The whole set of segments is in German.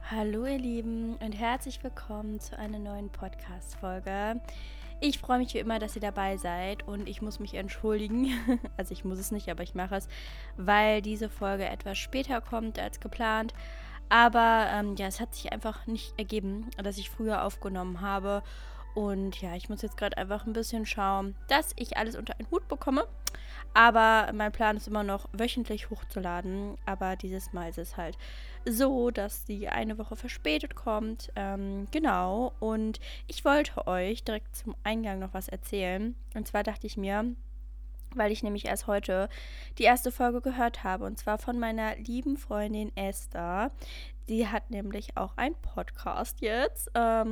Hallo ihr Lieben und herzlich willkommen zu einer neuen Podcast-Folge. Ich freue mich wie immer, dass ihr dabei seid und ich muss mich entschuldigen, also ich muss es nicht, aber ich mache es, weil diese Folge etwas später kommt als geplant. Aber es hat sich einfach nicht ergeben, dass ich früher aufgenommen habe. Und ja, ich muss jetzt gerade einfach ein bisschen schauen, dass ich alles unter einen Hut bekomme. Aber mein Plan ist immer noch, wöchentlich hochzuladen. Aber dieses Mal ist es halt so, dass die eine Woche verspätet kommt. Genau. Und ich wollte euch direkt zum Eingang noch was erzählen. Und zwar dachte ich mir, weil ich nämlich erst heute die erste Folge gehört habe. Und zwar von meiner lieben Freundin Esther. Die hat nämlich auch einen Podcast jetzt.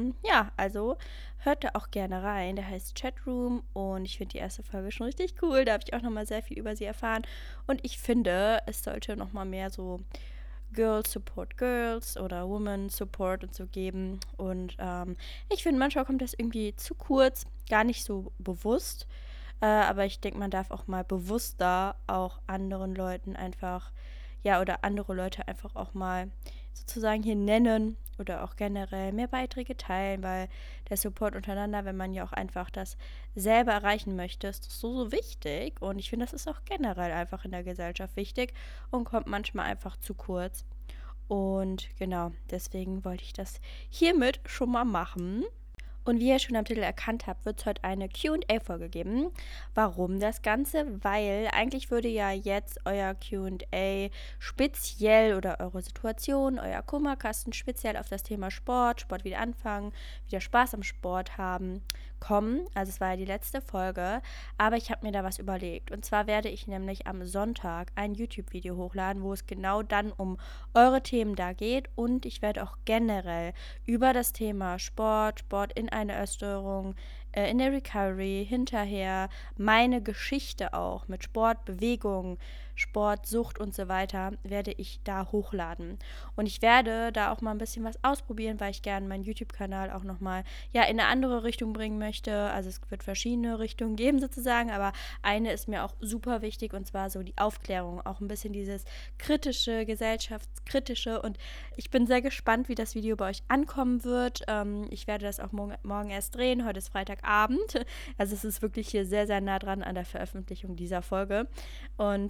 Also hört da auch gerne rein. Der heißt Chatroom und ich finde die erste Folge schon richtig cool. Da habe ich auch nochmal sehr viel über sie erfahren. Und ich finde, es sollte nochmal mehr so Girls Support Girls oder Women Support und so geben. Und ich finde, manchmal kommt das irgendwie zu kurz, gar nicht so bewusst. Aber ich denke, man darf auch mal bewusster auch anderen Leuten einfach, ja, oder andere Leute einfach auch mal sozusagen hier nennen oder auch generell mehr Beiträge teilen, weil der Support untereinander, wenn man ja auch einfach das selber erreichen möchte, ist das so wichtig. Und ich finde, das ist auch generell einfach in der Gesellschaft wichtig und kommt manchmal einfach zu kurz. Und genau, deswegen wollte ich das hiermit schon mal machen. Und wie ihr schon am Titel erkannt habt, wird es heute eine Q&A-Folge geben. Warum das Ganze? Weil eigentlich würde ja jetzt euer Q&A speziell oder eure Situation, euer Kummerkasten speziell auf das Thema Sport wieder anfangen, wieder Spaß am Sport haben, kommen. Also es war ja die letzte Folge, aber ich habe mir da was überlegt. Und zwar werde ich nämlich am Sonntag ein YouTube-Video hochladen, wo es genau dann um eure Themen da geht. Und ich werde auch generell über das Thema Sport in einer Essstörung, in der Recovery, hinterher, meine Geschichte auch mit Sport, Bewegung, Sport, Sucht und so weiter, werde ich da hochladen. Und ich werde da auch mal ein bisschen was ausprobieren, weil ich gerne meinen YouTube-Kanal auch nochmal in eine andere Richtung bringen möchte. Also es wird verschiedene Richtungen geben sozusagen, aber eine ist mir auch super wichtig und zwar so die Aufklärung, auch ein bisschen dieses kritische, gesellschaftskritische und ich bin sehr gespannt, wie das Video bei euch ankommen wird. Ich werde das auch morgen erst drehen. Heute ist Freitagabend. Also es ist wirklich hier sehr, sehr nah dran an der Veröffentlichung dieser Folge. Und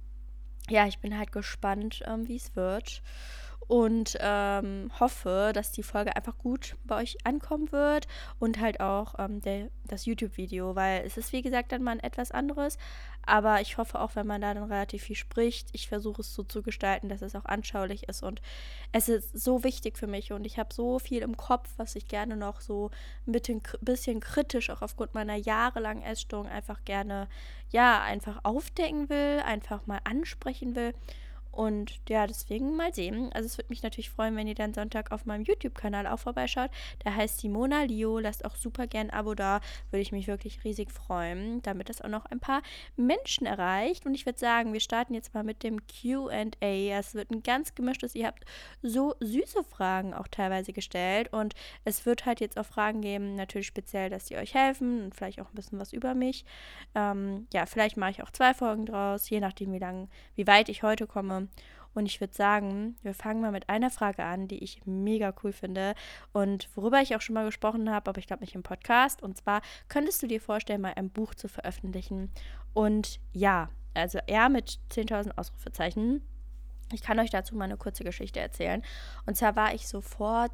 ich bin halt gespannt, wie es wird. Und hoffe, dass die Folge einfach gut bei euch ankommen wird und halt auch das YouTube-Video, weil es ist wie gesagt dann mal ein etwas anderes, aber ich hoffe auch, wenn man da dann relativ viel spricht, ich versuche es so zu gestalten, dass es auch anschaulich ist und es ist so wichtig für mich und ich habe so viel im Kopf, was ich gerne noch so ein bisschen kritisch auch aufgrund meiner jahrelangen Essstörung einfach gerne, einfach aufdecken will, einfach mal ansprechen will. Und ja, deswegen mal sehen. Also es würde mich natürlich freuen, wenn ihr dann Sonntag auf meinem YouTube-Kanal auch vorbeischaut. Der heißt Simona Lio. Lasst auch super gern ein Abo da. Würde ich mich wirklich riesig freuen, damit das auch noch ein paar Menschen erreicht. Und ich würde sagen, wir starten jetzt mal mit dem Q&A. Es wird ein ganz gemischtes. Ihr habt so süße Fragen auch teilweise gestellt. Und es wird halt jetzt auch Fragen geben, natürlich speziell, dass die euch helfen und vielleicht auch ein bisschen was über mich. Vielleicht mache ich auch 2 Folgen draus, je nachdem, wie weit ich heute komme. Und ich würde sagen, wir fangen mal mit einer Frage an, die ich mega cool finde und worüber ich auch schon mal gesprochen habe, aber ich glaube nicht im Podcast. Und zwar, könntest du dir vorstellen, mal ein Buch zu veröffentlichen? Und ja, also eher mit 10.000 Ausrufezeichen. Ich kann euch dazu mal eine kurze Geschichte erzählen. Und zwar war ich so vor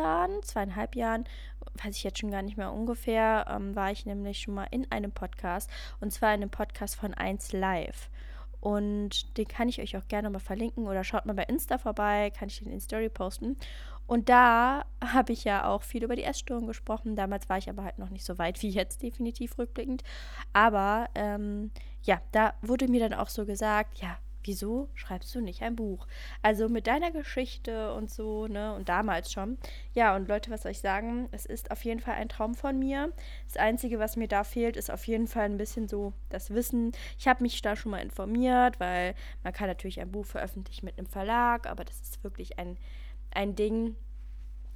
2,5 Jahren, weiß ich jetzt schon gar nicht mehr ungefähr, war ich nämlich schon mal in einem Podcast. Und zwar in einem Podcast von 1 Live. Und den kann ich euch auch gerne mal verlinken oder schaut mal bei Insta vorbei, kann ich den in die Story posten. Und da habe ich ja auch viel über die Essstörung gesprochen. Damals war ich aber halt noch nicht so weit wie jetzt, definitiv rückblickend. Aber da wurde mir dann auch so gesagt, ja, wieso schreibst du nicht ein Buch? Also mit deiner Geschichte und so, ne? Und damals schon. Ja, und Leute, was soll ich sagen? Es ist auf jeden Fall ein Traum von mir. Das Einzige, was mir da fehlt, ist auf jeden Fall ein bisschen so das Wissen. Ich habe mich da schon mal informiert, weil man kann natürlich ein Buch veröffentlichen mit einem Verlag, aber das ist wirklich ein Ding.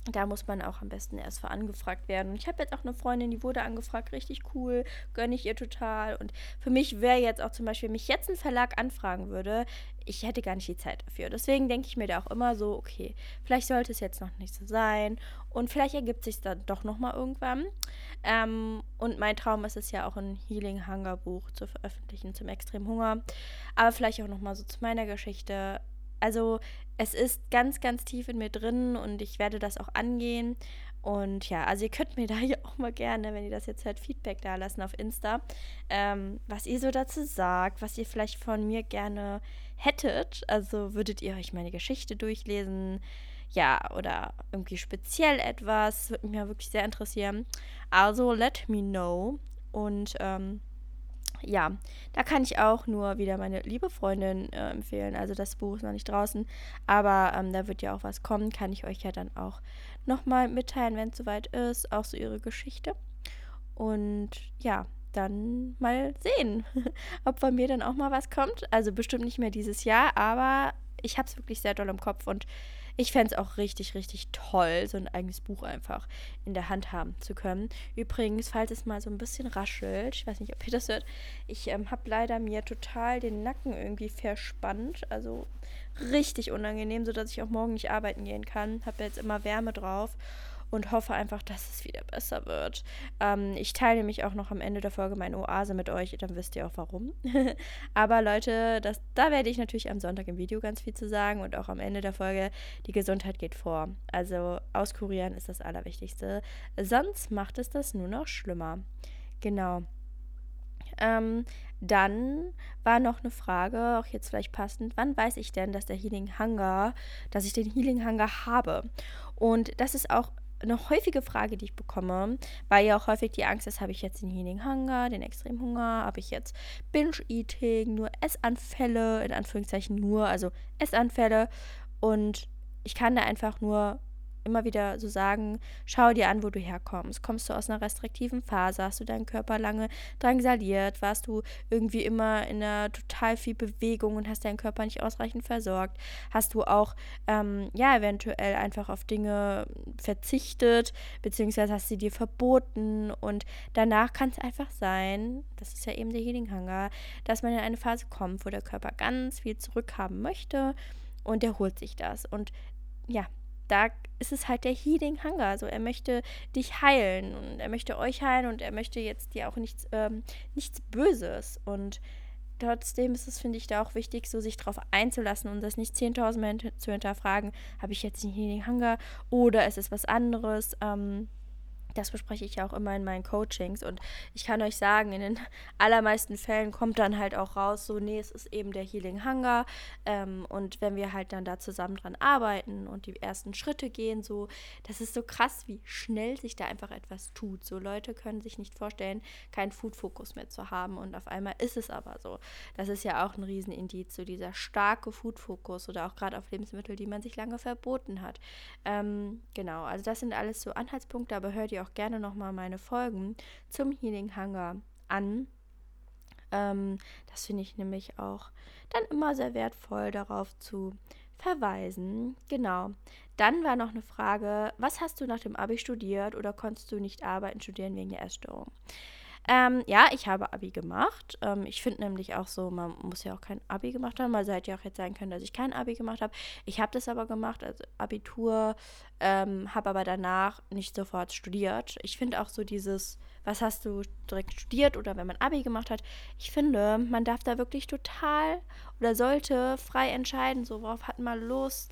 Da muss man auch am besten erst für angefragt werden. Und ich habe jetzt auch eine Freundin, die wurde angefragt, richtig cool, gönne ich ihr total. Und für mich wäre jetzt auch zum Beispiel, wenn mich jetzt ein Verlag anfragen würde, ich hätte gar nicht die Zeit dafür. Deswegen denke ich mir da auch immer so, okay, vielleicht sollte es jetzt noch nicht so sein. Und vielleicht ergibt sich dann doch nochmal irgendwann. Und mein Traum ist es ja auch, ein Healing-Hunger-Buch zu veröffentlichen zum extremen Hunger. Aber vielleicht auch nochmal so zu meiner Geschichte. Also es ist ganz, ganz tief in mir drin und ich werde das auch angehen. Und ja, also ihr könnt mir da ja auch mal gerne, wenn ihr das jetzt hört, Feedback da lassen auf Insta, was ihr so dazu sagt, was ihr vielleicht von mir gerne hättet. Also würdet ihr euch meine Geschichte durchlesen? Ja, oder irgendwie speziell etwas? Würde mich ja wirklich sehr interessieren. Also let me know. Und ja, da kann ich auch nur wieder meine liebe Freundin empfehlen. Also das Buch ist noch nicht draußen, aber da wird ja auch was kommen. Kann ich euch ja dann auch nochmal mitteilen, wenn es soweit ist. Auch so ihre Geschichte. Und ja, dann mal sehen, ob von mir dann auch mal was kommt. Also bestimmt nicht mehr dieses Jahr, aber ich habe es wirklich sehr doll im Kopf und ich fände es auch richtig, richtig toll, so ein eigenes Buch einfach in der Hand haben zu können. Übrigens, falls es mal so ein bisschen raschelt, ich weiß nicht, ob ihr das hört, ich habe leider mir total den Nacken irgendwie verspannt. Also richtig unangenehm, sodass ich auch morgen nicht arbeiten gehen kann. Habe jetzt immer Wärme drauf und hoffe einfach, dass es wieder besser wird. Ich teile nämlich auch noch am Ende der Folge meine Oase mit euch, dann wisst ihr auch warum. Aber Leute, da werde ich natürlich am Sonntag im Video ganz viel zu sagen und auch am Ende der Folge, die Gesundheit geht vor. Also auskurieren ist das Allerwichtigste. Sonst macht es das nur noch schlimmer. Genau. Dann war noch eine Frage, auch jetzt vielleicht passend, wann weiß ich denn, dass ich den Healing Hunger habe? Und das ist auch eine häufige Frage, die ich bekomme, weil ja auch häufig die Angst ist, habe ich jetzt den Healing Hunger, den extremen Hunger, habe ich jetzt Binge-Eating, nur Essanfälle, in Anführungszeichen nur, also Essanfälle. Und ich kann da einfach nur immer wieder so sagen, schau dir an, wo du herkommst. Kommst du aus einer restriktiven Phase? Hast du deinen Körper lange drangsaliert? Warst du irgendwie immer in einer total viel Bewegung und hast deinen Körper nicht ausreichend versorgt? Hast du auch, ja, eventuell einfach auf Dinge verzichtet, beziehungsweise hast sie dir verboten und danach kann es einfach sein, das ist ja eben der Healing Hunger, dass man in eine Phase kommt, wo der Körper ganz viel zurückhaben möchte und der holt sich das. Und ja, da ist es halt der Healing Hunger. Also er möchte dich heilen und er möchte euch heilen und er möchte jetzt dir auch nichts Böses. Und trotzdem ist es, finde ich, da auch wichtig, so sich darauf einzulassen und das nicht 10.000 Mal zu hinterfragen, habe ich jetzt den Healing Hunger oder ist es was anderes? Das bespreche ich ja auch immer in meinen Coachings und ich kann euch sagen, in den allermeisten Fällen kommt dann halt auch raus, so, nee, es ist eben der Healing Hunger und wenn wir halt dann da zusammen dran arbeiten und die ersten Schritte gehen, so, das ist so krass, wie schnell sich da einfach etwas tut. So, Leute können sich nicht vorstellen, keinen Food-Fokus mehr zu haben und auf einmal ist es aber so. Das ist ja auch ein Riesenindiz, so dieser starke Food-Fokus oder auch gerade auf Lebensmittel, die man sich lange verboten hat. Genau, also das sind alles so Anhaltspunkte, aber hört ihr auch gerne nochmal meine Folgen zum Healing Hunger an. Das finde ich nämlich auch dann immer sehr wertvoll, darauf zu verweisen. Genau. Dann war noch eine Frage, was hast du nach dem Abi studiert oder konntest du nicht arbeiten, studieren wegen der Essstörung? Ja, ich habe Abi gemacht. Ich finde nämlich auch so, man muss ja auch kein Abi gemacht haben. Also hätte ja auch jetzt sein können, dass ich kein Abi gemacht habe. Ich habe das aber gemacht, also Abitur, habe aber danach nicht sofort studiert. Ich finde auch so dieses, was hast du direkt studiert oder wenn man Abi gemacht hat, ich finde, man darf da wirklich total oder sollte frei entscheiden, so worauf hat man Lust.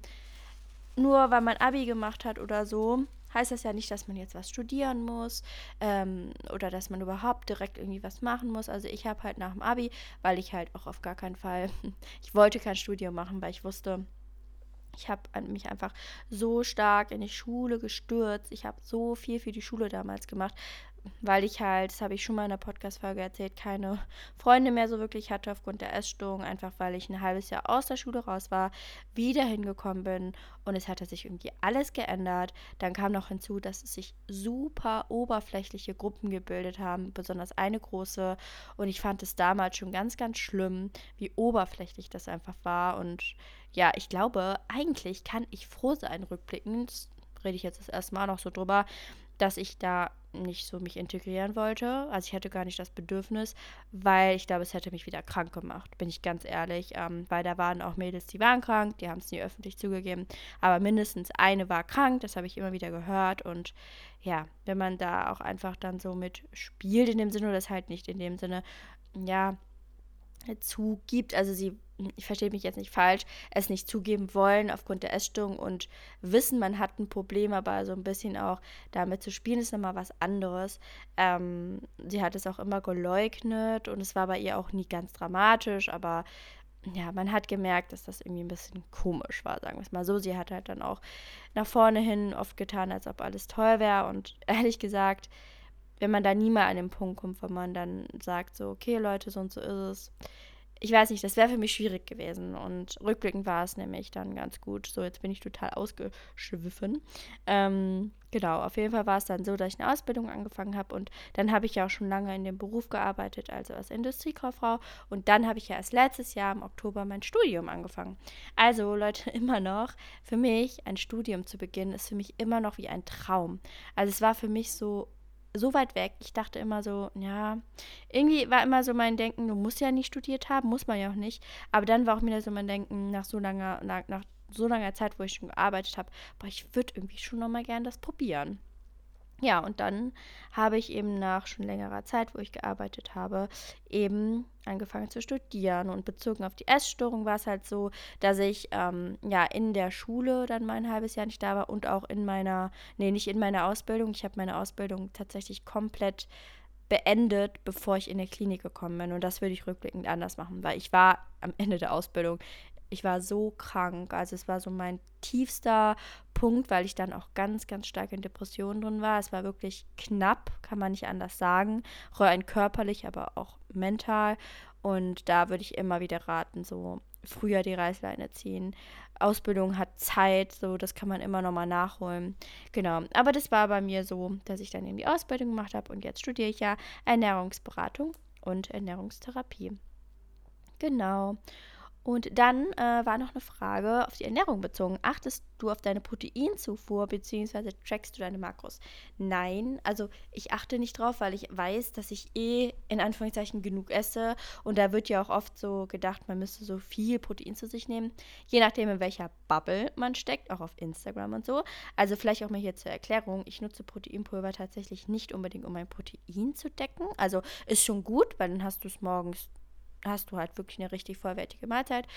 Nur weil man Abi gemacht hat oder so, heißt das ja nicht, dass man jetzt was studieren muss oder dass man überhaupt direkt irgendwie was machen muss. Also ich habe halt nach dem Abi, weil ich halt auch auf gar keinen Fall, ich wollte kein Studium machen, weil ich wusste, ich habe mich einfach so stark in die Schule gestürzt. Ich habe so viel für die Schule damals gemacht, weil ich halt, das habe ich schon mal in der Podcast-Folge erzählt, keine Freunde mehr so wirklich hatte aufgrund der Essstörung, einfach weil ich ein halbes Jahr aus der Schule raus war, wieder hingekommen bin und es hatte sich irgendwie alles geändert. Dann kam noch hinzu, dass es sich super oberflächliche Gruppen gebildet haben, besonders eine große und ich fand es damals schon ganz, ganz schlimm, wie oberflächlich das einfach war und ja, ich glaube, eigentlich kann ich froh sein, rückblickend, rede ich jetzt das erste Mal noch so drüber, dass ich da nicht so mich integrieren wollte. Also ich hatte gar nicht das Bedürfnis, weil ich glaube, es hätte mich wieder krank gemacht, bin ich ganz ehrlich. Weil da waren auch Mädels, die waren krank, die haben es nie öffentlich zugegeben. Aber mindestens eine war krank, das habe ich immer wieder gehört. Und ja, wenn man da auch einfach dann so mit spielt in dem Sinne, oder das halt nicht in dem Sinne, ja, zugibt, also sie, ich verstehe mich jetzt nicht falsch, es nicht zugeben wollen aufgrund der Essstörung und wissen, man hat ein Problem, aber so ein bisschen auch damit zu spielen, ist nochmal was anderes. Sie hat es auch immer geleugnet und es war bei ihr auch nie ganz dramatisch, aber ja, man hat gemerkt, dass das irgendwie ein bisschen komisch war, sagen wir es mal so. Sie hat halt dann auch nach vorne hin oft getan, als ob alles toll wäre und ehrlich gesagt, wenn man da nie mal an den Punkt kommt, wo man dann sagt, so, okay, Leute, so und so ist es. Ich weiß nicht, das wäre für mich schwierig gewesen. Und rückblickend war es nämlich dann ganz gut. So, jetzt bin ich total ausgeschwiffen. Genau, auf jeden Fall war es dann so, dass ich eine Ausbildung angefangen habe. Und dann habe ich ja auch schon lange in dem Beruf gearbeitet, also als Industriekauffrau. Und dann habe ich ja erst letztes Jahr im Oktober mein Studium angefangen. Also, Leute, immer noch, für mich ein Studium zu beginnen, ist für mich immer noch wie ein Traum. Also, es war für mich so weit weg. Ich dachte immer so, ja, irgendwie war immer so mein Denken, du musst ja nicht studiert haben, muss man ja auch nicht. Aber dann war auch wieder so mein Denken, nach so langer Zeit, wo ich schon gearbeitet habe, boah, ich würde irgendwie schon nochmal gern das probieren. Ja, und dann habe ich eben nach schon längerer Zeit, wo ich gearbeitet habe, eben angefangen zu studieren. Und bezogen auf die Essstörung war es halt so, dass ich ja in der Schule dann mal ein halbes Jahr nicht da war und auch nicht in meiner Ausbildung. Ich habe meine Ausbildung tatsächlich komplett beendet, bevor ich in die Klinik gekommen bin. Und das würde ich rückblickend anders machen, weil ich war am Ende der Ausbildung, ich war so krank. Also es war so mein tiefster Punkt, weil ich dann auch ganz, ganz stark in Depressionen drin war. Es war wirklich knapp, kann man nicht anders sagen. Rein körperlich, aber auch mental. Und da würde ich immer wieder raten, so früher die Reißleine ziehen. Ausbildung hat Zeit, so das kann man immer noch mal nachholen. Genau, aber das war bei mir so, dass ich dann eben die Ausbildung gemacht habe und jetzt studiere ich ja Ernährungsberatung und Ernährungstherapie. Genau. Und dann war noch eine Frage auf die Ernährung bezogen. Achtest du auf deine Proteinzufuhr bzw. trackst du deine Makros? Nein, also ich achte nicht drauf, weil ich weiß, dass ich in Anführungszeichen genug esse. Und da wird ja auch oft so gedacht, man müsste so viel Protein zu sich nehmen. Je nachdem, in welcher Bubble man steckt, auch auf Instagram und so. Also vielleicht auch mal hier zur Erklärung. Ich nutze Proteinpulver tatsächlich nicht unbedingt, um mein Protein zu decken. Also ist schon gut, weil dann hast du halt wirklich eine richtig vollwertige Mahlzeit.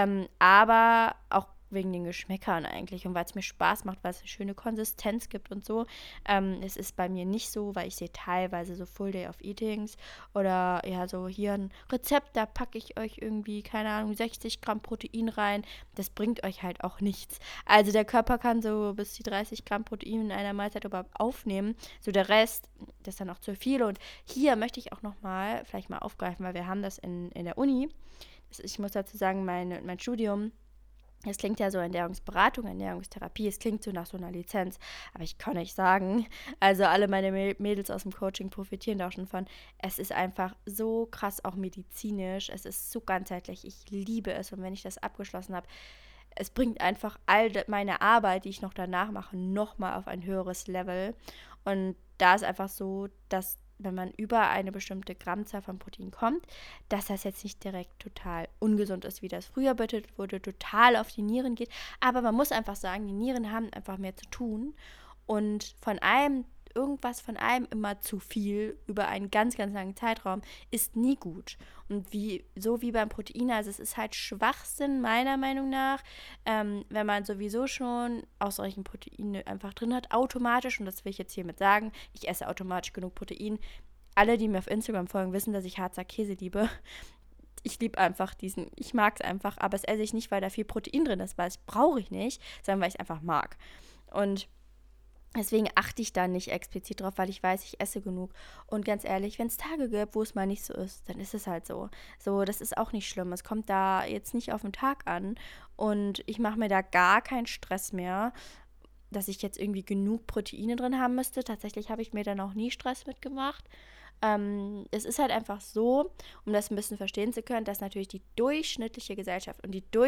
Aber auch wegen den Geschmäckern eigentlich und weil es mir Spaß macht, weil es eine schöne Konsistenz gibt und so. Es ist bei mir nicht so, weil ich sehe teilweise so Full Day of Eatings oder ja, so hier ein Rezept, da packe ich euch irgendwie, keine Ahnung, 60 Gramm Protein rein. Das bringt euch halt auch nichts. Also der Körper kann so bis zu 30 Gramm Protein in einer Mahlzeit überhaupt aufnehmen. So der Rest, das ist dann auch zu viel. Und hier möchte ich auch nochmal, vielleicht mal aufgreifen, weil wir haben das in der Uni. Ich muss dazu sagen, mein Studium, es klingt ja so Ernährungsberatung, Ernährungstherapie, es klingt so nach so einer Lizenz, aber ich kann euch sagen, also alle meine Mädels aus dem Coaching profitieren da auch schon von. Es ist einfach so krass auch medizinisch, es ist so ganzheitlich, ich liebe es und wenn ich das abgeschlossen habe, es bringt einfach meine Arbeit, die ich noch danach mache, nochmal auf ein höheres Level. Und da ist einfach so, dass wenn man über eine bestimmte Grammzahl von Protein kommt, dass das jetzt nicht direkt total ungesund ist, wie das früher betitelt wurde, total auf die Nieren geht. Aber man muss einfach sagen, die Nieren haben einfach mehr zu tun. Und irgendwas von allem immer zu viel über einen ganz, ganz langen Zeitraum ist nie gut. Und so wie beim Protein, also es ist halt Schwachsinn meiner Meinung nach, wenn man sowieso schon ausreichend Proteine einfach drin hat, automatisch, und das will ich jetzt hiermit sagen, ich esse automatisch genug Protein. Alle, die mir auf Instagram folgen, wissen, dass ich Harzer Käse liebe. Ich liebe einfach ich mag es einfach, aber es esse ich nicht, weil da viel Protein drin ist, weil es brauche ich nicht, sondern weil ich es einfach mag. Und deswegen achte ich da nicht explizit drauf, weil ich weiß, ich esse genug. Und ganz ehrlich, wenn es Tage gibt, wo es mal nicht so ist, dann ist es halt so. So, das ist auch nicht schlimm. Es kommt da jetzt nicht auf den Tag an. Und ich mache mir da gar keinen Stress mehr, dass ich jetzt irgendwie genug Proteine drin haben müsste. Tatsächlich habe ich mir dann auch nie Stress mitgemacht. Es ist halt einfach so, um das ein bisschen verstehen zu können, dass natürlich die durchschnittliche Gesellschaft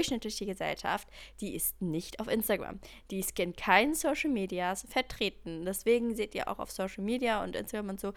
die ist nicht auf Instagram. Die ist in keinen Social Medias vertreten. Deswegen seht ihr auch auf Social Media und Instagram und so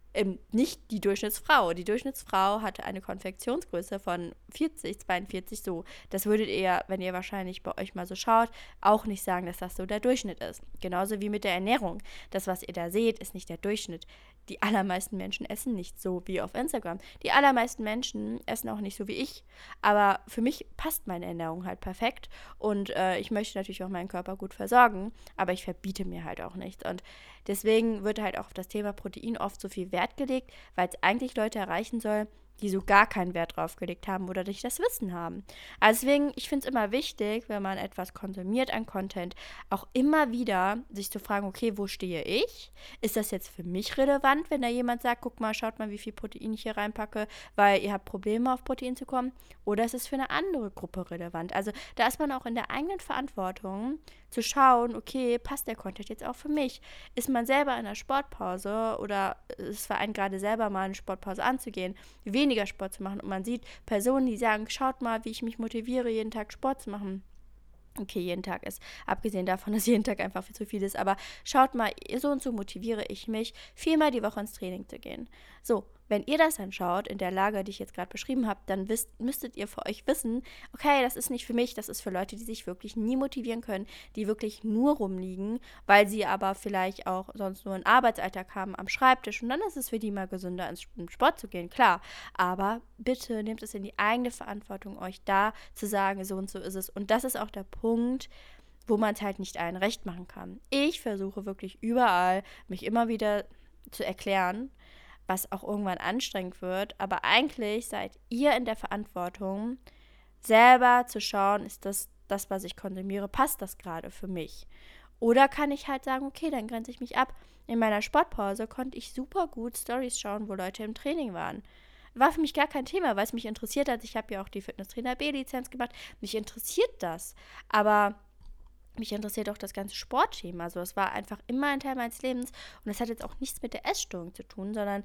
nicht die Durchschnittsfrau. Die Durchschnittsfrau hatte eine Konfektionsgröße von 40, 42 so. Das würdet ihr, wenn ihr wahrscheinlich bei euch mal so schaut, auch nicht sagen, dass das so der Durchschnitt ist. Genauso wie mit der Ernährung. Das, was ihr da seht, ist nicht der Durchschnitt. Die allermeisten Menschen essen nicht so wie auf Instagram. Die allermeisten Menschen essen auch nicht so wie ich. Aber für mich passt meine Ernährung halt perfekt. Und ich möchte natürlich auch meinen Körper gut versorgen. Aber ich verbiete mir halt auch nichts. Und deswegen wird halt auch auf das Thema Protein oft so viel Wert gelegt, weil es eigentlich Leute erreichen soll, die so gar keinen Wert drauf gelegt haben oder nicht das Wissen haben. Also deswegen, ich finde es immer wichtig, wenn man etwas konsumiert an Content, auch immer wieder sich zu fragen, okay, wo stehe ich? Ist das jetzt für mich relevant, wenn da jemand sagt, guck mal, schaut mal, wie viel Protein ich hier reinpacke, weil ihr habt Probleme, auf Protein zu kommen? Oder ist es für eine andere Gruppe relevant? Also da ist man auch in der eigenen Verantwortung, zu schauen, okay, passt der Content jetzt auch für mich? Ist man selber in einer Sportpause oder ist es für einen gerade selber mal eine Sportpause anzugehen, weniger Sport zu machen und man sieht Personen, die sagen, schaut mal, wie ich mich motiviere, jeden Tag Sport zu machen. Okay, jeden Tag ist, abgesehen davon, dass jeden Tag einfach viel zu viel ist, aber schaut mal, so und so motiviere ich mich, viermal die Woche ins Training zu gehen. So, wenn ihr das dann schaut, in der Lage, die ich jetzt gerade beschrieben habe, dann müsstet ihr für euch wissen, okay, das ist nicht für mich, das ist für Leute, die sich wirklich nie motivieren können, die wirklich nur rumliegen, weil sie aber vielleicht auch sonst nur einen Arbeitsalltag haben am Schreibtisch und dann ist es für die mal gesünder, ins Sport zu gehen, klar. Aber bitte nehmt es in die eigene Verantwortung, euch da zu sagen, so und so ist es. Und das ist auch der Punkt, wo man es halt nicht allen recht machen kann. Ich versuche wirklich überall, mich immer wieder zu erklären, was auch irgendwann anstrengend wird. Aber eigentlich seid ihr in der Verantwortung, selber zu schauen, ist das, was ich konsumiere, passt das gerade für mich? Oder kann ich halt sagen, okay, dann grenze ich mich ab. In meiner Sportpause konnte ich super gut Stories schauen, wo Leute im Training waren. War für mich gar kein Thema, weil es mich interessiert hat. Ich habe ja auch die Fitnesstrainer B-Lizenz gemacht. Mich interessiert das. Aber mich interessiert auch das ganze Sportthema. Also es war einfach immer ein Teil meines Lebens. Und es hat jetzt auch nichts mit der Essstörung zu tun, sondern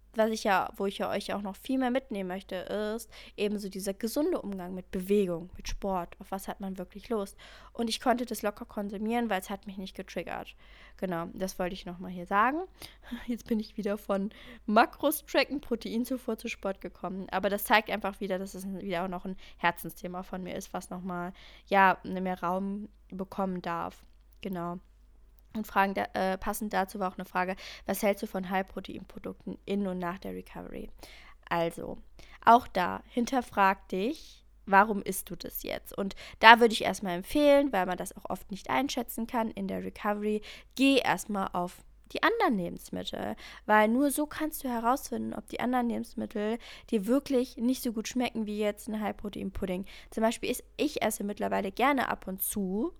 wo ich ja euch auch noch viel mehr mitnehmen möchte, ist ebenso dieser gesunde Umgang mit Bewegung, mit Sport. Auf was hat man wirklich Lust? Und ich konnte das locker konsumieren, weil es hat mich nicht getriggert. Genau, das wollte ich nochmal hier sagen. Jetzt bin ich wieder von Makros tracken, Proteinzufuhr zu Sport gekommen. Aber das zeigt einfach wieder, dass es wieder auch noch ein Herzensthema von mir ist, was nochmal, ja, mehr Raum bekommen darf. Genau. Und passend dazu war auch eine Frage, was hältst du von High-Protein-Produkten in und nach der Recovery? Also, auch da, hinterfrag dich, warum isst du das jetzt? Und da würde ich erstmal empfehlen, weil man das auch oft nicht einschätzen kann in der Recovery, geh erstmal auf die anderen Lebensmittel, weil nur so kannst du herausfinden, ob die anderen Lebensmittel dir wirklich nicht so gut schmecken wie jetzt ein High-Protein-Pudding. Zum Beispiel, ich esse mittlerweile gerne ab und zu,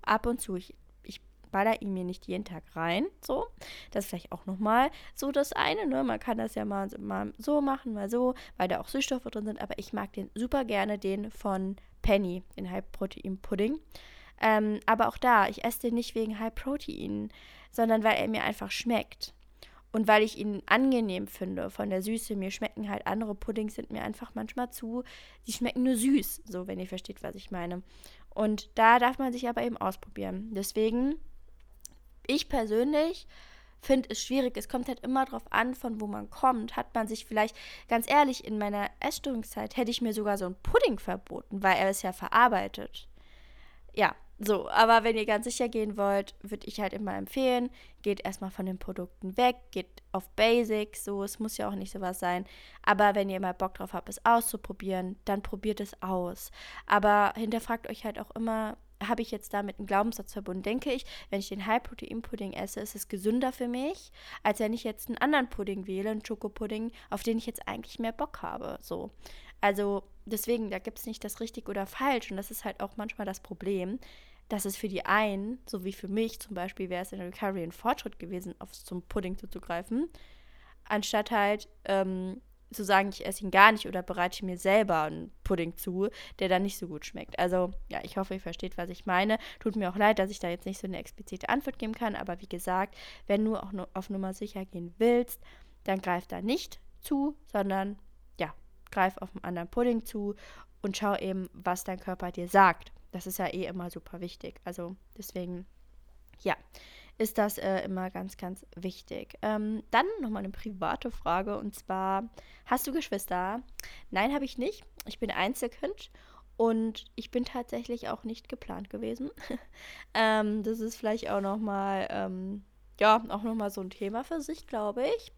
ich baller ihn mir nicht jeden Tag rein, so. Das ist vielleicht auch nochmal so das eine, ne? Man kann das ja mal so machen, mal so, weil da auch Süßstoffe drin sind, aber ich mag den super gerne, den von Penny, den High-Protein-Pudding. Aber auch da, ich esse den nicht wegen High-Protein, sondern weil er mir einfach schmeckt. Und weil ich ihn angenehm finde von der Süße. Mir schmecken halt andere Puddings, sind mir einfach manchmal die schmecken nur süß, so, wenn ihr versteht, was ich meine. Und da darf man sich aber eben ausprobieren. Deswegen, ich persönlich finde es schwierig. Es kommt halt immer drauf an, von wo man kommt. Hat man sich vielleicht, ganz ehrlich, in meiner Essstörungszeit hätte ich mir sogar so einen Pudding verboten, weil er ist ja verarbeitet. Ja, so, aber wenn ihr ganz sicher gehen wollt, würde ich halt immer empfehlen, geht erstmal von den Produkten weg, geht auf Basics, so, es muss ja auch nicht sowas sein, aber wenn ihr mal Bock drauf habt, es auszuprobieren, dann probiert es aus. Aber hinterfragt euch halt auch immer, habe ich jetzt damit einen Glaubenssatz verbunden? Denke ich, wenn ich den High-Protein-Pudding esse, ist es gesünder für mich, als wenn ich jetzt einen anderen Pudding wähle, einen Schokopudding, auf den ich jetzt eigentlich mehr Bock habe, so. Also deswegen, da gibt es nicht das richtig oder falsch und das ist halt auch manchmal das Problem, dass es für die einen, so wie für mich zum Beispiel, wäre es in der Recovery ein Fortschritt gewesen, zum Pudding zuzugreifen, anstatt halt zu sagen, ich esse ihn gar nicht oder bereite mir selber einen Pudding zu, der dann nicht so gut schmeckt. Also ja, ich hoffe, ihr versteht, was ich meine. Tut mir auch leid, dass ich da jetzt nicht so eine explizite Antwort geben kann, aber wie gesagt, wenn du auch nur auf Nummer sicher gehen willst, dann greif da nicht zu, sondern ja, greif auf einen anderen Pudding zu und schau eben, was dein Körper dir sagt. Das ist ja eh immer super wichtig. Also deswegen, ja, ist das immer ganz, ganz wichtig. Dann nochmal eine private Frage und zwar, hast du Geschwister? Nein, habe ich nicht. Ich bin Einzelkind und ich bin tatsächlich auch nicht geplant gewesen. Das ist vielleicht auch nochmal, ja, auch nochmal so ein Thema für sich, glaube ich.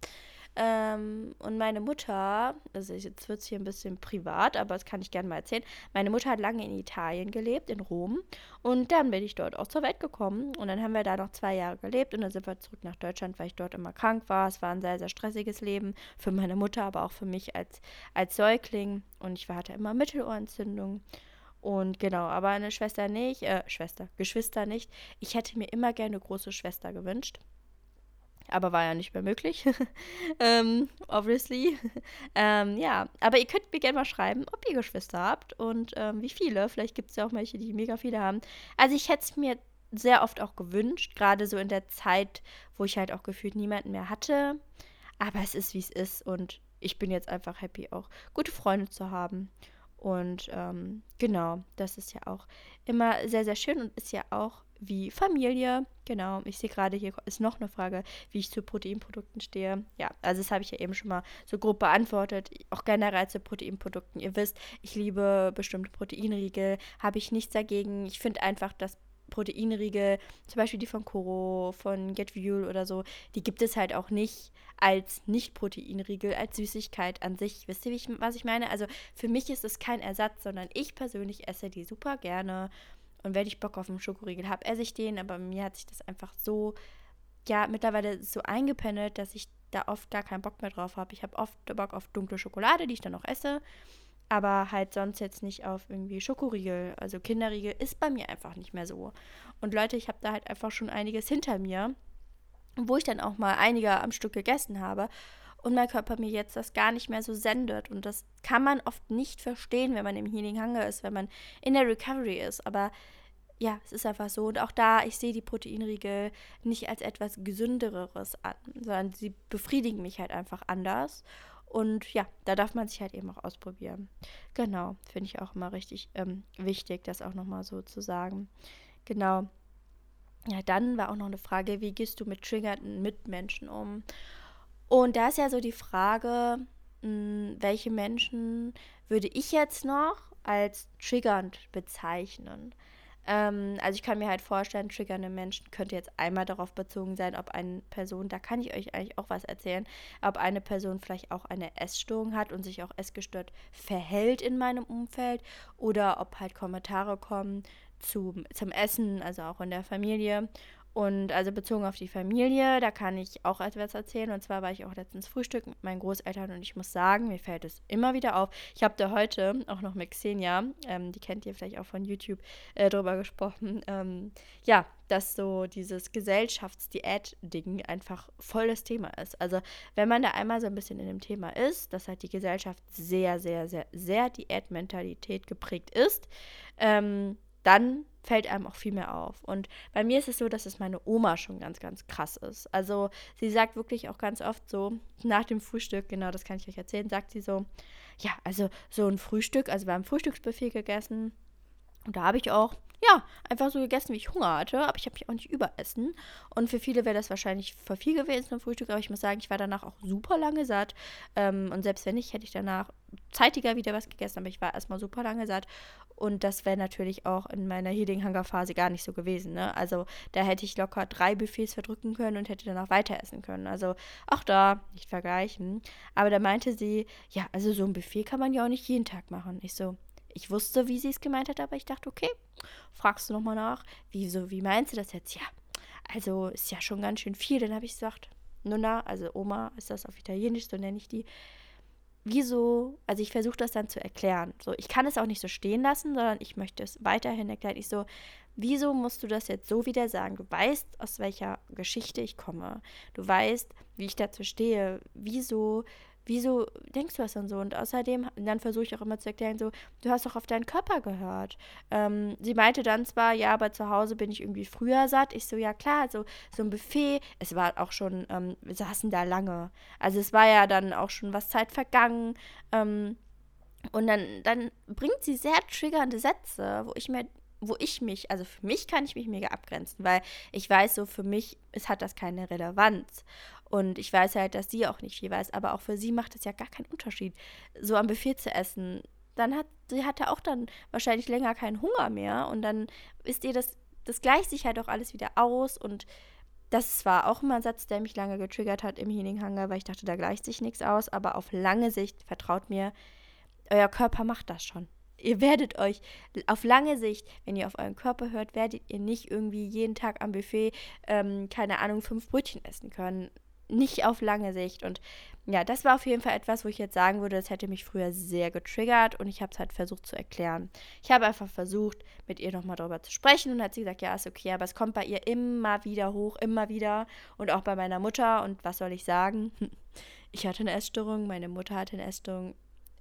Und meine Mutter, also jetzt wird es hier ein bisschen privat, aber das kann ich gerne mal erzählen. Meine Mutter hat lange in Italien gelebt, in Rom. Und dann bin ich dort auch zur Welt gekommen. Und dann haben wir da noch 2 Jahre gelebt. Und dann sind wir zurück nach Deutschland, weil ich dort immer krank war. Es war ein sehr, sehr stressiges Leben für meine Mutter, aber auch für mich als Säugling. Und ich hatte immer Mittelohrentzündung. Und genau, aber eine Schwester nicht, Geschwister nicht. Ich hätte mir immer gerne eine große Schwester gewünscht. Aber war ja nicht mehr möglich. Obviously. Ja, aber ihr könnt mir gerne mal schreiben, ob ihr Geschwister habt und wie viele. Vielleicht gibt es ja auch welche, die mega viele haben. Also ich hätte es mir sehr oft auch gewünscht, gerade so in der Zeit, wo ich halt auch gefühlt niemanden mehr hatte. Aber es ist, wie es ist und ich bin jetzt einfach happy, auch gute Freunde zu haben. Und genau, das ist ja auch immer sehr, sehr schön und ist ja auch wie Familie. Genau, ich sehe gerade, hier ist noch eine Frage, wie ich zu Proteinprodukten stehe. Ja, also das habe ich ja eben schon mal so grob beantwortet. Auch generell zu Proteinprodukten. Ihr wisst, ich liebe bestimmte Proteinriegel, habe ich nichts dagegen. Ich finde einfach, dass Proteinriegel, zum Beispiel die von Koro, von GetFuel oder so, die gibt es halt auch nicht als Nicht-Proteinriegel, als Süßigkeit an sich. Wisst ihr, was ich meine? Also für mich ist es kein Ersatz, sondern ich persönlich esse die super gerne. Und wenn ich Bock auf einen Schokoriegel habe, esse ich den. Aber mir hat sich das einfach so, ja, mittlerweile so eingependelt, dass ich da oft gar keinen Bock mehr drauf habe. Ich habe oft Bock auf dunkle Schokolade, die ich dann auch esse. Aber halt sonst jetzt nicht auf irgendwie Schokoriegel. Also Kinderriegel ist bei mir einfach nicht mehr so. Und Leute, ich habe da halt einfach schon einiges hinter mir, wo ich dann auch mal einige am Stück gegessen habe und mein Körper mir jetzt das gar nicht mehr so sendet. Und das kann man oft nicht verstehen, wenn man im Healing Hunger ist, wenn man in der Recovery ist. Aber ja, es ist einfach so. Und auch da, ich sehe die Proteinriegel nicht als etwas Gesündereres an, sondern sie befriedigen mich halt einfach anders. Und ja, da darf man sich halt eben auch ausprobieren. Genau, finde ich auch immer richtig wichtig, das auch nochmal so zu sagen. Genau. Ja, dann war auch noch eine Frage, wie gehst du mit triggernden Mitmenschen um? Und da ist ja so die Frage, welche Menschen würde ich jetzt noch als triggernd bezeichnen? Also ich kann mir halt vorstellen, triggernde Menschen könnte jetzt einmal darauf bezogen sein, ob eine Person, da kann ich euch eigentlich auch was erzählen, ob eine Person vielleicht auch eine Essstörung hat und sich auch essgestört verhält in meinem Umfeld oder ob halt Kommentare kommen zum Essen, also auch in der Familie. Und also bezogen auf die Familie, da kann ich auch etwas erzählen. Und zwar war ich auch letztens Frühstück mit meinen Großeltern und ich muss sagen, mir fällt es immer wieder auf. Ich habe da heute auch noch mit Xenia, die kennt ihr vielleicht auch von YouTube, drüber gesprochen. Ja, dass so dieses Gesellschaftsdiät-Ding einfach voll das Thema ist. Also wenn man da einmal so ein bisschen in dem Thema ist, dass halt die Gesellschaft sehr, sehr, sehr, sehr Diätmentalität geprägt ist, dann fällt einem auch viel mehr auf. Und bei mir ist es so, dass es meine Oma schon ganz, ganz krass ist. Also sie sagt wirklich auch ganz oft so, nach dem Frühstück, genau, das kann ich euch erzählen, sagt sie so, ja, also so ein Frühstück, also wir haben Frühstücksbuffet gegessen und da habe ich auch, ja, einfach so gegessen, wie ich Hunger hatte, aber ich habe mich auch nicht überessen. Und für viele wäre das wahrscheinlich voll viel gewesen zum Frühstück, aber ich muss sagen, ich war danach auch super lange satt. Und selbst wenn nicht, hätte ich danach zeitiger wieder was gegessen, aber ich war erstmal super lange satt. Und das wäre natürlich auch in meiner Healing Hunger Phase gar nicht so gewesen, ne? Also da hätte ich locker 3 Buffets verdrücken können und hätte danach weiter essen können. Also auch da nicht vergleichen. Aber da meinte sie, ja, also so ein Buffet kann man ja auch nicht jeden Tag machen. Ich wusste, wie sie es gemeint hat, aber ich dachte, okay, fragst du nochmal nach, wie meinst du das jetzt? Ja, also ist ja schon ganz schön viel. Dann habe ich gesagt, Nonna, also Oma ist das auf Italienisch, so nenne ich die. Wieso, also ich versuche das dann zu erklären. So, ich kann es auch nicht so stehen lassen, sondern ich möchte es weiterhin erklären. Ich so, wieso musst du das jetzt so wieder sagen? Du weißt, aus welcher Geschichte ich komme. Du weißt, wie ich dazu stehe. Wieso wieso denkst du das dann so? Und außerdem, dann versuche ich auch immer zu erklären, so, du hast doch auf deinen Körper gehört. Sie meinte dann zwar, ja, aber zu Hause bin ich irgendwie früher satt. Ich so, ja klar, so ein Buffet, es war auch schon, wir saßen da lange. Also es war ja dann auch schon was Zeit vergangen. Und dann bringt sie sehr triggernde Sätze, wo ich mich, also für mich kann ich mich mega abgrenzen, weil ich weiß, so für mich hat das keine Relevanz. Und ich weiß halt, dass sie auch nicht viel weiß, aber auch für sie macht es ja gar keinen Unterschied, so am Buffet zu essen. Sie hatte auch dann wahrscheinlich länger keinen Hunger mehr und dann ist ihr das gleicht sich halt auch alles wieder aus und das war auch immer ein Satz, der mich lange getriggert hat im Healing Hunger, weil ich dachte, da gleicht sich nichts aus, aber auf lange Sicht, vertraut mir, euer Körper macht das schon. Ihr werdet euch auf lange Sicht, wenn ihr auf euren Körper hört, werdet ihr nicht irgendwie jeden Tag am Buffet, keine Ahnung, 5 Brötchen essen können. Nicht auf lange Sicht. Und ja, das war auf jeden Fall etwas, wo ich jetzt sagen würde, das hätte mich früher sehr getriggert und ich habe es halt versucht zu erklären. Ich habe einfach versucht, mit ihr nochmal darüber zu sprechen und hat sie gesagt, ja, ist okay, aber es kommt bei ihr immer wieder hoch, immer wieder und auch bei meiner Mutter und was soll ich sagen? Ich hatte eine Essstörung, meine Mutter hatte eine Essstörung,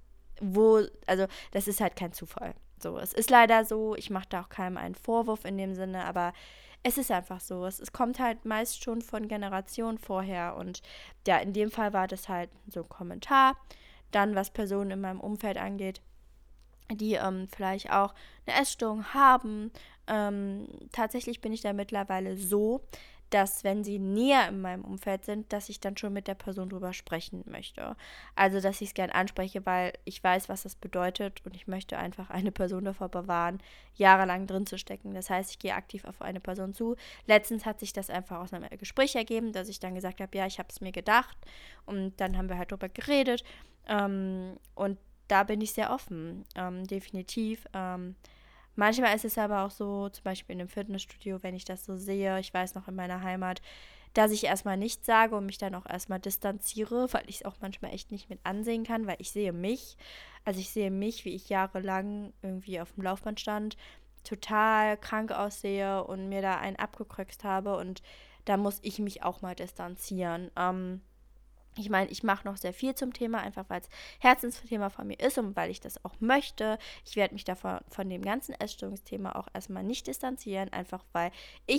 also das ist halt kein Zufall. So, es ist leider so, ich mache da auch keinem einen Vorwurf in dem Sinne, aber es ist einfach so. Es kommt halt meist schon von Generationen vorher und ja, in dem Fall war das halt so ein Kommentar. Dann, was Personen in meinem Umfeld angeht, die vielleicht auch eine Essstörung haben. Tatsächlich bin ich da mittlerweile so, dass wenn sie näher in meinem Umfeld sind, dass ich dann schon mit der Person drüber sprechen möchte. Also, dass ich es gern anspreche, weil ich weiß, was das bedeutet und ich möchte einfach eine Person davor bewahren, jahrelang drin zu stecken. Das heißt, ich gehe aktiv auf eine Person zu. Letztens hat sich das einfach aus einem Gespräch ergeben, dass ich dann gesagt habe, ja, ich habe es mir gedacht und dann haben wir halt drüber geredet und da bin ich sehr offen, definitiv. Manchmal ist es aber auch so, zum Beispiel in einem Fitnessstudio, wenn ich das so sehe, ich weiß noch in meiner Heimat, dass ich erstmal nichts sage und mich dann auch erstmal distanziere, weil ich es auch manchmal echt nicht mit ansehen kann, weil ich sehe mich, wie ich jahrelang irgendwie auf dem Laufband stand, total krank aussehe und mir da einen abgekröxt habe und da muss ich mich auch mal distanzieren. Ich meine, ich mache noch sehr viel zum Thema, einfach weil es Herzensthema von mir ist und weil ich das auch möchte. Ich werde mich davon von dem ganzen Essstörungsthema auch erstmal nicht distanzieren, einfach weil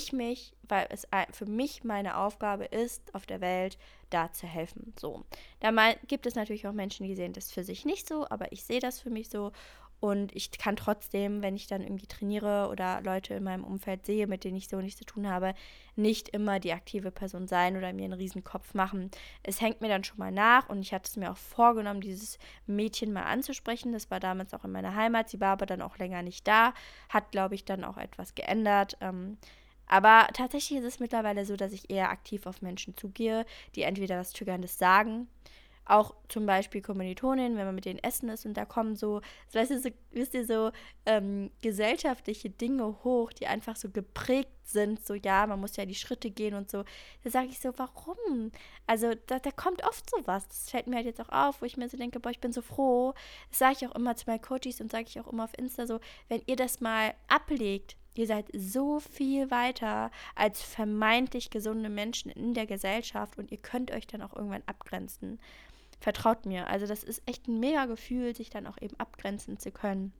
es für mich meine Aufgabe ist, auf der Welt da zu helfen. So. Gibt es natürlich auch Menschen, die sehen das für sich nicht so, aber ich sehe das für mich so. Und ich kann trotzdem, wenn ich dann irgendwie trainiere oder Leute in meinem Umfeld sehe, mit denen ich so nichts zu tun habe, nicht immer die aktive Person sein oder mir einen riesen Kopf machen. Es hängt mir dann schon mal nach und ich hatte es mir auch vorgenommen, dieses Mädchen mal anzusprechen. Das war damals auch in meiner Heimat. Sie war aber dann auch länger nicht da. Hat, glaube ich, dann auch etwas geändert. Aber tatsächlich ist es mittlerweile so, dass ich eher aktiv auf Menschen zugehe, die entweder was Triggerndes sagen, auch zum Beispiel Kommilitoninnen, wenn man mit denen essen ist und da kommen so, wisst ihr, so gesellschaftliche Dinge hoch, die einfach so geprägt sind, so ja, man muss ja die Schritte gehen und so. Da sage ich so, warum? Also da kommt oft sowas. Das fällt mir halt jetzt auch auf, wo ich mir so denke, boah, ich bin so froh. Das sage ich auch immer zu meinen Coaches und sage ich auch immer auf Insta so, wenn ihr das mal ablegt, ihr seid so viel weiter als vermeintlich gesunde Menschen in der Gesellschaft und ihr könnt euch dann auch irgendwann abgrenzen. Vertraut mir. Also das ist echt ein mega Gefühl, sich dann auch eben abgrenzen zu können.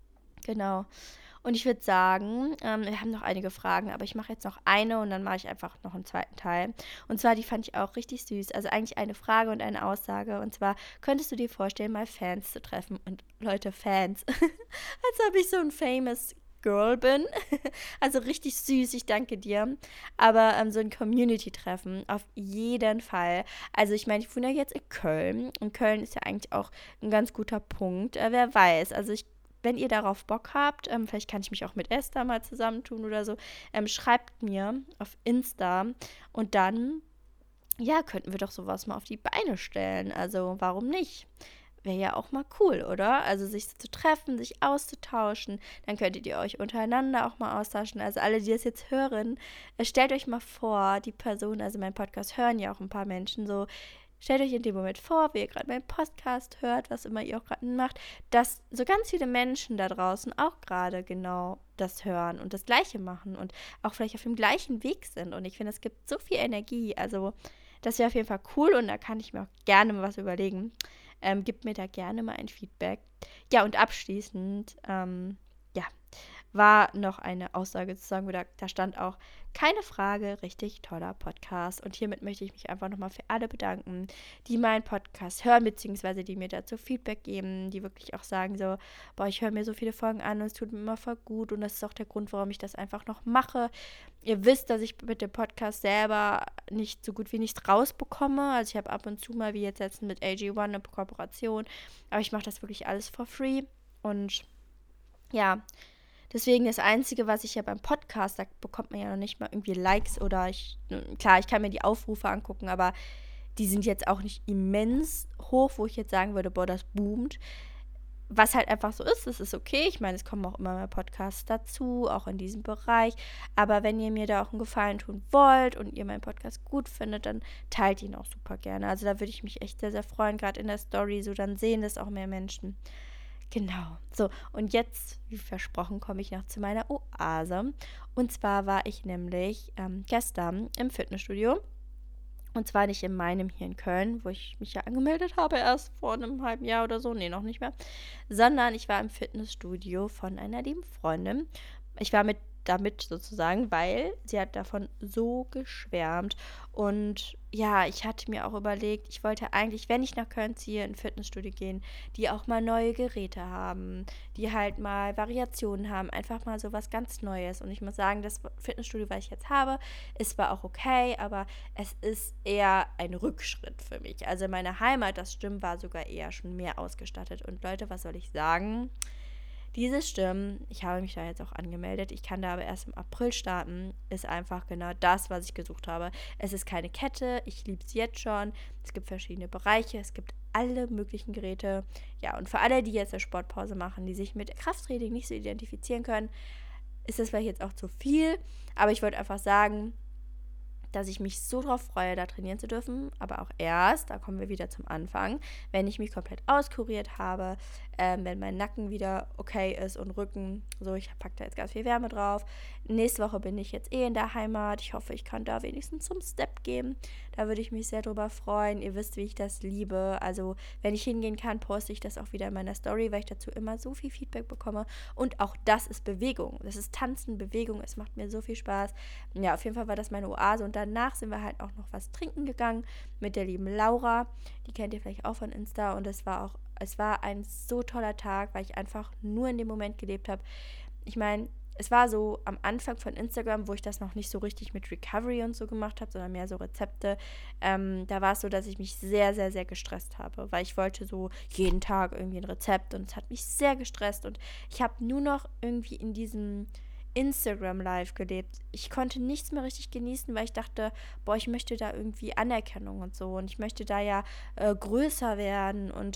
Genau. Und ich würde sagen, wir haben noch einige Fragen, aber ich mache jetzt noch eine und dann mache ich einfach noch einen zweiten Teil. Und zwar, die fand ich auch richtig süß. Also eigentlich eine Frage und eine Aussage. Und zwar, könntest du dir vorstellen, mal Fans zu treffen? Und Leute, Fans. Als ob ich so ein famous Girl bin. Also richtig süß, ich danke dir. Aber so ein Community-Treffen, auf jeden Fall. Also ich meine, ich wohne ja jetzt in Köln und Köln ist ja eigentlich auch ein ganz guter Punkt. Wer weiß, also wenn ihr darauf Bock habt, vielleicht kann ich mich auch mit Esther mal zusammentun oder so, schreibt mir auf Insta und dann, ja, könnten wir doch sowas mal auf die Beine stellen. Also warum nicht? Wäre ja auch mal cool, oder? Also sich zu treffen, sich auszutauschen. Dann könntet ihr euch untereinander auch mal austauschen. Also alle, die das jetzt hören, stellt euch mal vor, die Person, also mein Podcast hören ja auch ein paar Menschen so. Stellt euch in dem Moment vor, wie ihr gerade meinen Podcast hört, was immer ihr auch gerade macht, dass so ganz viele Menschen da draußen auch gerade genau das hören und das Gleiche machen und auch vielleicht auf dem gleichen Weg sind. Und ich finde, es gibt so viel Energie. Also Das wäre auf jeden Fall cool und da kann ich mir auch gerne mal was überlegen. Gib mir da gerne mal ein Feedback. Ja, und abschließend, ja, war noch eine Aussage zu sagen, da stand auch, keine Frage, richtig toller Podcast. Und hiermit möchte ich mich einfach nochmal für alle bedanken, die meinen Podcast hören, beziehungsweise die mir dazu Feedback geben, die wirklich auch sagen so, boah, ich höre mir so viele Folgen an und es tut mir immer voll gut und das ist auch der Grund, warum ich das einfach noch mache. Ihr wisst, dass ich mit dem Podcast selber nicht so gut wie nichts rausbekomme. Also ich habe ab und zu mal, wie jetzt mit AG1 eine Kooperation, aber ich mache das wirklich alles for free und ja, deswegen das Einzige, was ich ja beim Podcast, da bekommt man ja noch nicht mal irgendwie Likes oder klar, ich kann mir die Aufrufe angucken, aber die sind jetzt auch nicht immens hoch, wo ich jetzt sagen würde, boah, das boomt. Was halt einfach so ist, es ist okay. Ich meine, es kommen auch immer mehr Podcasts dazu, auch in diesem Bereich. Aber wenn ihr mir da auch einen Gefallen tun wollt und ihr meinen Podcast gut findet, dann teilt ihn auch super gerne. Also da würde ich mich echt sehr, sehr freuen, gerade in der Story, so dann sehen das auch mehr Menschen. Genau. So, und jetzt, wie versprochen, komme ich noch zu meiner Oase. Und zwar war ich nämlich gestern im Fitnessstudio. Und zwar nicht in meinem hier in Köln, wo ich mich ja angemeldet habe, erst vor einem halben Jahr oder so. Nee, noch nicht mehr. Sondern ich war im Fitnessstudio von einer lieben Freundin. Ich war damit sozusagen, weil sie hat davon so geschwärmt. Und ja, ich hatte mir auch überlegt, ich wollte eigentlich, wenn ich nach Köln ziehe, in ein Fitnessstudio gehen, die auch mal neue Geräte haben, die halt mal Variationen haben, einfach mal so was ganz Neues. Und ich muss sagen, das Fitnessstudio, was ich jetzt habe, ist zwar auch okay, aber es ist eher ein Rückschritt für mich. Also meine Heimat, das Gym, war sogar eher schon mehr ausgestattet. Und Leute, was soll ich sagen? Diese Stimmen, ich habe mich da jetzt auch angemeldet, ich kann da aber erst im April starten, ist einfach genau das, was ich gesucht habe. Es ist keine Kette, ich liebe es jetzt schon. Es gibt verschiedene Bereiche, es gibt alle möglichen Geräte. Ja, und für alle, die jetzt eine Sportpause machen, die sich mit Krafttraining nicht so identifizieren können, ist das vielleicht jetzt auch zu viel. Aber ich wollte einfach sagen, dass ich mich so drauf freue, da trainieren zu dürfen, aber auch erst, da kommen wir wieder zum Anfang, wenn ich mich komplett auskuriert habe, wenn mein Nacken wieder okay ist und Rücken, so, ich packe da jetzt ganz viel Wärme drauf. Nächste Woche bin ich jetzt in der Heimat, ich hoffe, ich kann da wenigstens zum Step gehen, da würde ich mich sehr drüber freuen, ihr wisst, wie ich das liebe, also wenn ich hingehen kann, poste ich das auch wieder in meiner Story, weil ich dazu immer so viel Feedback bekomme und auch das ist Bewegung, das ist Tanzen, Bewegung, es macht mir so viel Spaß. Ja, auf jeden Fall war das meine Oase und danach sind wir halt auch noch was trinken gegangen mit der lieben Laura. Die kennt ihr vielleicht auch von Insta und es war ein so toller Tag, weil ich einfach nur in dem Moment gelebt habe. Ich meine, es war so am Anfang von Instagram, wo ich das noch nicht so richtig mit Recovery und so gemacht habe, sondern mehr so Rezepte. Da war es so, dass ich mich sehr, sehr, sehr gestresst habe, weil ich wollte so jeden Tag irgendwie ein Rezept und es hat mich sehr gestresst und ich habe nur noch irgendwie in diesem Instagram Live gelebt. Ich konnte nichts mehr richtig genießen, weil ich dachte, boah, ich möchte da irgendwie Anerkennung und so und ich möchte da ja größer werden und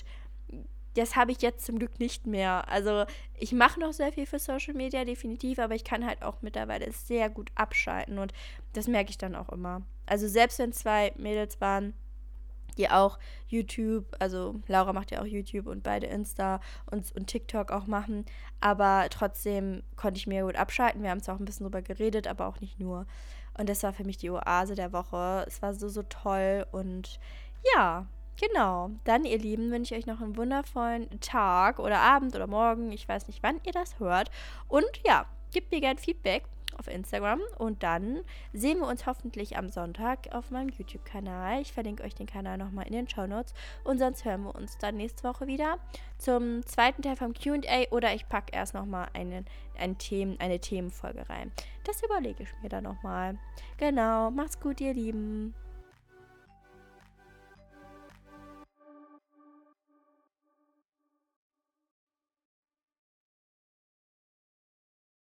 das habe ich jetzt zum Glück nicht mehr. Also ich mache noch sehr viel für Social Media, definitiv, aber ich kann halt auch mittlerweile sehr gut abschalten und das merke ich dann auch immer. Also selbst wenn 2 Mädels waren, die auch YouTube, also Laura macht ja auch YouTube und beide Insta und TikTok auch machen, aber trotzdem konnte ich mir gut abschalten. Wir haben zwar auch ein bisschen drüber geredet, aber auch nicht nur. Und das war für mich die Oase der Woche. Es war so, so toll und ja, genau. Dann, ihr Lieben, wünsche ich euch noch einen wundervollen Tag oder Abend oder Morgen. Ich weiß nicht, wann ihr das hört. Und ja, gebt mir gerne Feedback auf Instagram und dann sehen wir uns hoffentlich am Sonntag auf meinem YouTube-Kanal. Ich verlinke euch den Kanal nochmal in den Shownotes und sonst hören wir uns dann nächste Woche wieder zum zweiten Teil vom Q&A oder ich packe erst nochmal eine Themenfolge rein. Das überlege ich mir dann nochmal. Genau, macht's gut, ihr Lieben.